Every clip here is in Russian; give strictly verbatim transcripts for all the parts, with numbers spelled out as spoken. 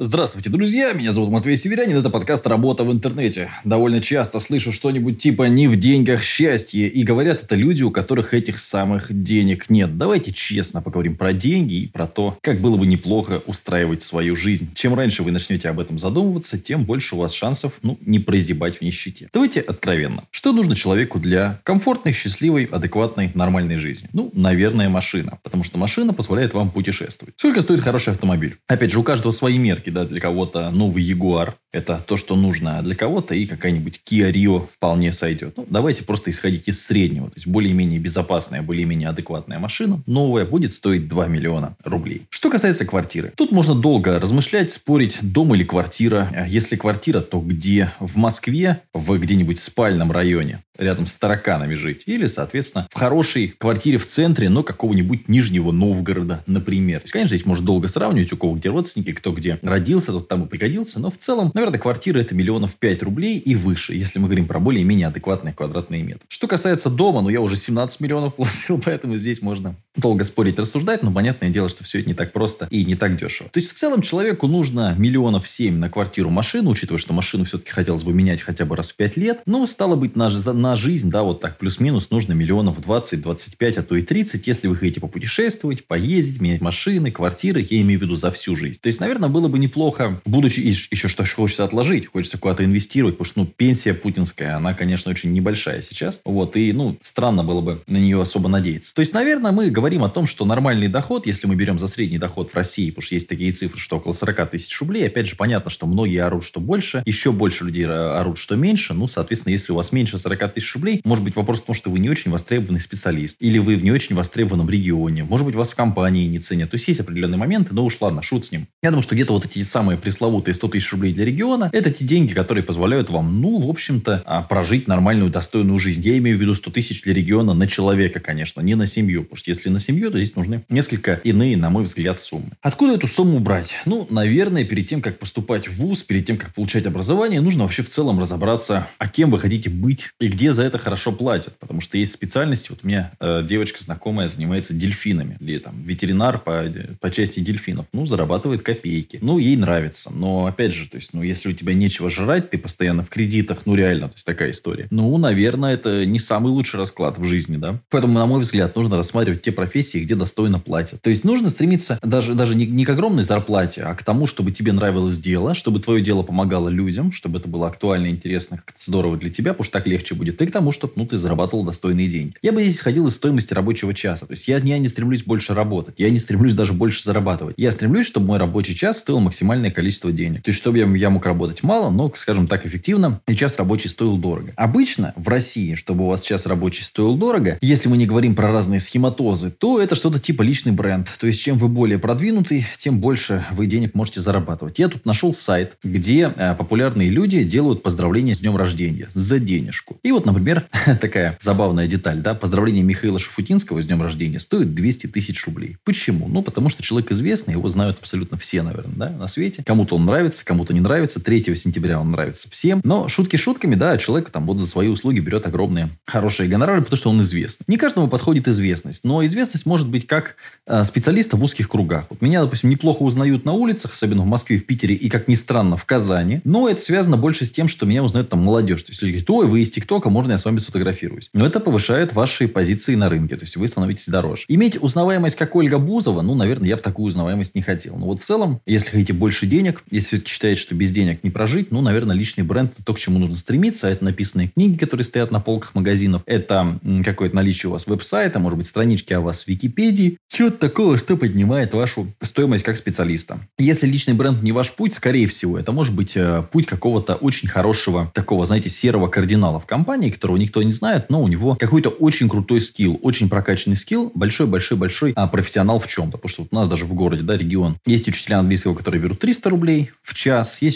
Здравствуйте, друзья! Меня зовут Матвей Северянин. Это подкаст «Работа в интернете». Довольно часто слышу что-нибудь типа «не в деньгах счастье». И говорят это люди, у которых этих самых денег нет. Давайте честно поговорим про деньги и про то, как было бы неплохо устраивать свою жизнь. Чем раньше вы начнете об этом задумываться, тем больше у вас шансов, ну, не прозябать в нищете. Давайте откровенно. Что нужно человеку для комфортной, счастливой, адекватной, нормальной жизни? Ну, наверное, машина. Потому что машина позволяет вам путешествовать. Сколько стоит хороший автомобиль? Опять же, у каждого свои мерки. Да, для кого-то новый Ягуар – это то, что нужно, а для кого-то и какая-нибудь Kia Rio вполне сойдет. Ну, давайте просто исходить из среднего. То есть, более-менее безопасная, более-менее адекватная машина, новая, будет стоить два миллиона рублей. Что касается квартиры. Тут можно долго размышлять, спорить, дом или квартира. Если квартира, то где? В Москве, в где-нибудь спальном районе, рядом с тараканами жить. Или, соответственно, в хорошей квартире в центре, но какого-нибудь Нижнего Новгорода, например. То есть, конечно, здесь можно долго сравнивать, у кого где родственники, кто где родился, тот там и пригодился. Но в целом, наверное, квартира это миллионов пять рублей и выше, если мы говорим про более-менее адекватные квадратные метры. Что касается дома, ну, я уже семнадцать миллионов вложил, поэтому здесь можно долго спорить, рассуждать, но понятное дело, что все это не так просто и не так дешево. То есть, в целом, человеку нужно миллионов семь на квартиру, машину, учитывая, что машину все-таки хотелось бы менять хотя бы раз в пять лет. Ну, стало быть, на, на жизнь, да, вот так, плюс-минус, нужно миллионов двадцать, двадцать пять, а то и тридцать, если вы хотите попутешествовать, поездить, менять машины, квартиры, я имею в виду за всю жизнь. То есть, наверное, было бы неплохо, будучи еще что хочется отложить, хочется куда-то инвестировать, потому что, ну, пенсия путинская, она, конечно, очень небольшая сейчас, вот, и, ну, странно было бы на нее особо надеяться. То есть, наверное, мы говорим о том, что нормальный доход, если мы берем за средний доход в России, потому что есть такие цифры, что около сорок тысяч рублей, опять же, понятно, что многие орут, что больше, еще больше людей орут, что меньше, ну, соответственно, если у вас меньше сорок тысяч рублей, может быть вопрос в том, что вы не очень востребованный специалист, или вы в не очень востребованном регионе, может быть, вас в компании не ценят, то есть, есть определенные моменты, но уж ладно, шут с ним. Я думаю, что где-то вот эти самые пресловутые сто тысяч рублей для региона, это те деньги, которые позволяют вам, ну, в общем-то, прожить нормальную, достойную жизнь. Я имею в виду сто тысяч для региона на человека, конечно, не на семью. Потому что если на семью, то здесь нужны несколько иные, на мой взгляд, суммы. Откуда эту сумму брать? Ну, наверное, перед тем, как поступать в вуз, перед тем, как получать образование, нужно вообще в целом разобраться, а кем вы хотите быть и где за это хорошо платят. Потому что есть специальности. Вот у меня э, девочка знакомая занимается дельфинами. Или там ветеринар по, по части дельфинов. Ну, зарабатывает копейки. Ну, ей нравится. Но, опять же, то есть, ну, если у тебя нечего жрать, ты постоянно в кредитах, ну, реально, то есть, такая история. Ну, наверное, это не самый лучший расклад в жизни, да. Поэтому, на мой взгляд, нужно рассматривать те профессии, где достойно платят. То есть, нужно стремиться даже, даже не, не к огромной зарплате, а к тому, чтобы тебе нравилось дело, чтобы твое дело помогало людям, чтобы это было актуально, интересно, как-то здорово для тебя, потому что так легче будет. И к тому, чтобы, ну, ты зарабатывал достойные деньги. Я бы здесь исходил из стоимости рабочего часа. То есть, я, я не стремлюсь больше работать. Я не стремлюсь даже больше зарабатывать. Я стремлюсь, чтобы мой рабочий час стоил максимальное количество денег. То есть, чтобы я, я мог работать мало, но, скажем так, эффективно, и час рабочий стоил дорого. Обычно в России, чтобы у вас час рабочий стоил дорого, если мы не говорим про разные схематозы, то это что-то типа личный бренд. То есть, чем вы более продвинутый, тем больше вы денег можете зарабатывать. Я тут нашел сайт, где э, популярные люди делают поздравления с днем рождения за денежку. И вот, например, такая забавная деталь, да, поздравление Михаила Шафутинского с днем рождения стоит двести тысяч рублей. Почему? Ну, потому что человек известный, его знают абсолютно все, наверное, да, на свете. Кому-то он нравится, кому-то не нравится. третьего сентября он нравится всем. Но шутки шутками, да, человек там вот за свои услуги берет огромные хорошие гонорары, потому что он известный. Не каждому подходит известность, но известность может быть как э, специалиста в узких кругах. Вот меня, допустим, неплохо узнают на улицах, особенно в Москве, в Питере и, как ни странно, в Казани. Но это связано больше с тем, что меня узнают там молодежь. То есть люди говорят: ой, вы из ТикТока, можно я с вами сфотографируюсь. Но это повышает ваши позиции на рынке. То есть вы становитесь дороже. Иметь узнаваемость, как Ольга Бузова, ну, наверное, я бы такую узнаваемость не хотел. Но вот в целом, если хотите больше денег, если все-таки считаете, что без денег не прожить, ну, наверное, личный бренд – это то, к чему нужно стремиться. Это написанные книги, которые стоят на полках магазинов. Это какое-то наличие у вас веб-сайта, может быть, странички о вас в Википедии. Чего-то такого, что поднимает вашу стоимость как специалиста. Если личный бренд не ваш путь, скорее всего, это может быть э, путь какого-то очень хорошего, такого, знаете, серого кардинала в компании, которого никто не знает, но у него какой-то очень крутой скилл, очень прокачанный скилл, большой-большой-большой а, профессионал в чем-то. Потому что вот у нас даже в городе, да, регион, есть учителя английского, которые берут триста рублей в час, есть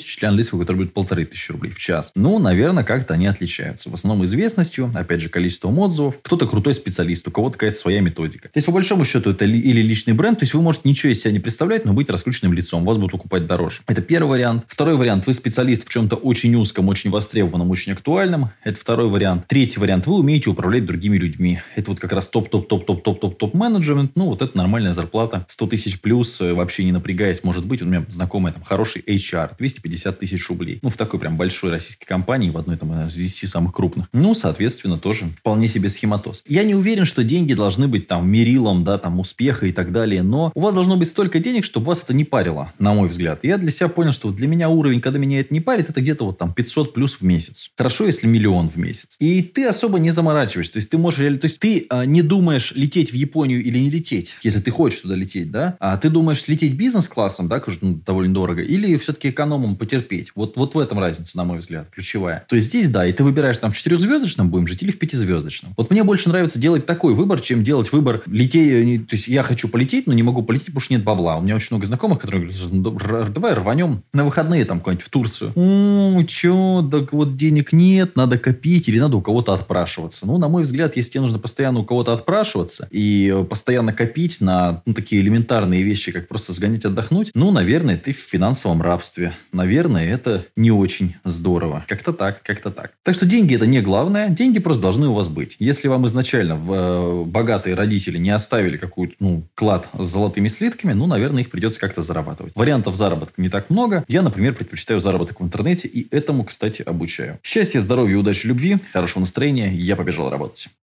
учителя английского, которые будут полторы тысячи рублей в час. Ну, наверное, как-то они отличаются. В основном известностью, опять же, количеством отзывов. Кто-то крутой специалист, у кого-то какая-то своя методика. То есть, по большому счету, это ли, или личный бренд, то есть, вы можете ничего из себя не представлять, но быть раскрученным лицом. Вас будут покупать дороже. Это первый вариант. Второй вариант. Вы специалист в чем-то очень узком, очень востребованном, очень актуальном. Это второй вариант. Третий вариант. Вы умеете управлять другими людьми. Это вот как раз топ-топ-топ-топ-топ-топ-топ менеджмент. Ну, вот это нормальная зарплата. сто тысяч плюс, вообще не напрягаясь, может быть. У меня знакомый там хороший эйч ар. двести пятьдесят тысяч рублей. Ну, в такой прям большой российской компании, в одной там из десяти самых крупных. Ну, соответственно, тоже вполне себе схематоз. Я не уверен, что деньги должны быть там мерилом, да, там успеха и так далее. Но у вас должно быть столько денег, чтобы вас это не парило, на мой взгляд. Я для себя понял, что для меня уровень, когда меня это не парит, это где-то вот там пятьсот плюс в месяц. Хорошо, если миллион в месяц. И ты особо не заморачиваешься. То есть, ты можешь, то есть, ты а, не думаешь лететь в Японию или не лететь, если ты хочешь туда лететь, да? А ты думаешь лететь бизнес-классом, да, ну, довольно дорого, или все-таки экономом потерпеть. Вот, вот в этом разница, на мой взгляд, ключевая. То есть, здесь, да, и ты выбираешь там в четырехзвездочном будем жить или в пятизвездочном. Вот мне больше нравится делать такой выбор, чем делать выбор лететь. То есть, я хочу полететь, но не могу полететь, потому что нет бабла. У меня очень много знакомых, которые говорят, давай рванем на выходные там куда-нибудь в Турцию. О, че, так вот денег нет, надо копить или надо у кого-то отпрашиваться. Ну, на мой взгляд, если тебе нужно постоянно у кого-то отпрашиваться и постоянно копить на ну, такие элементарные вещи, как просто сгонять отдохнуть, ну, наверное, ты в финансовом рабстве. Наверное, это не очень здорово. Как-то так, как-то так. Так что деньги это не главное, деньги просто должны у вас быть. Если вам изначально э, богатые родители не оставили какую-то, ну, клад с золотыми слитками, ну, наверное, их придется как-то зарабатывать. Вариантов заработка не так много. Я, например, предпочитаю заработок в интернете и этому, кстати, обучаю. Счастья, здоровья, удачи, любви, хорошего настроения. Я побежал работать.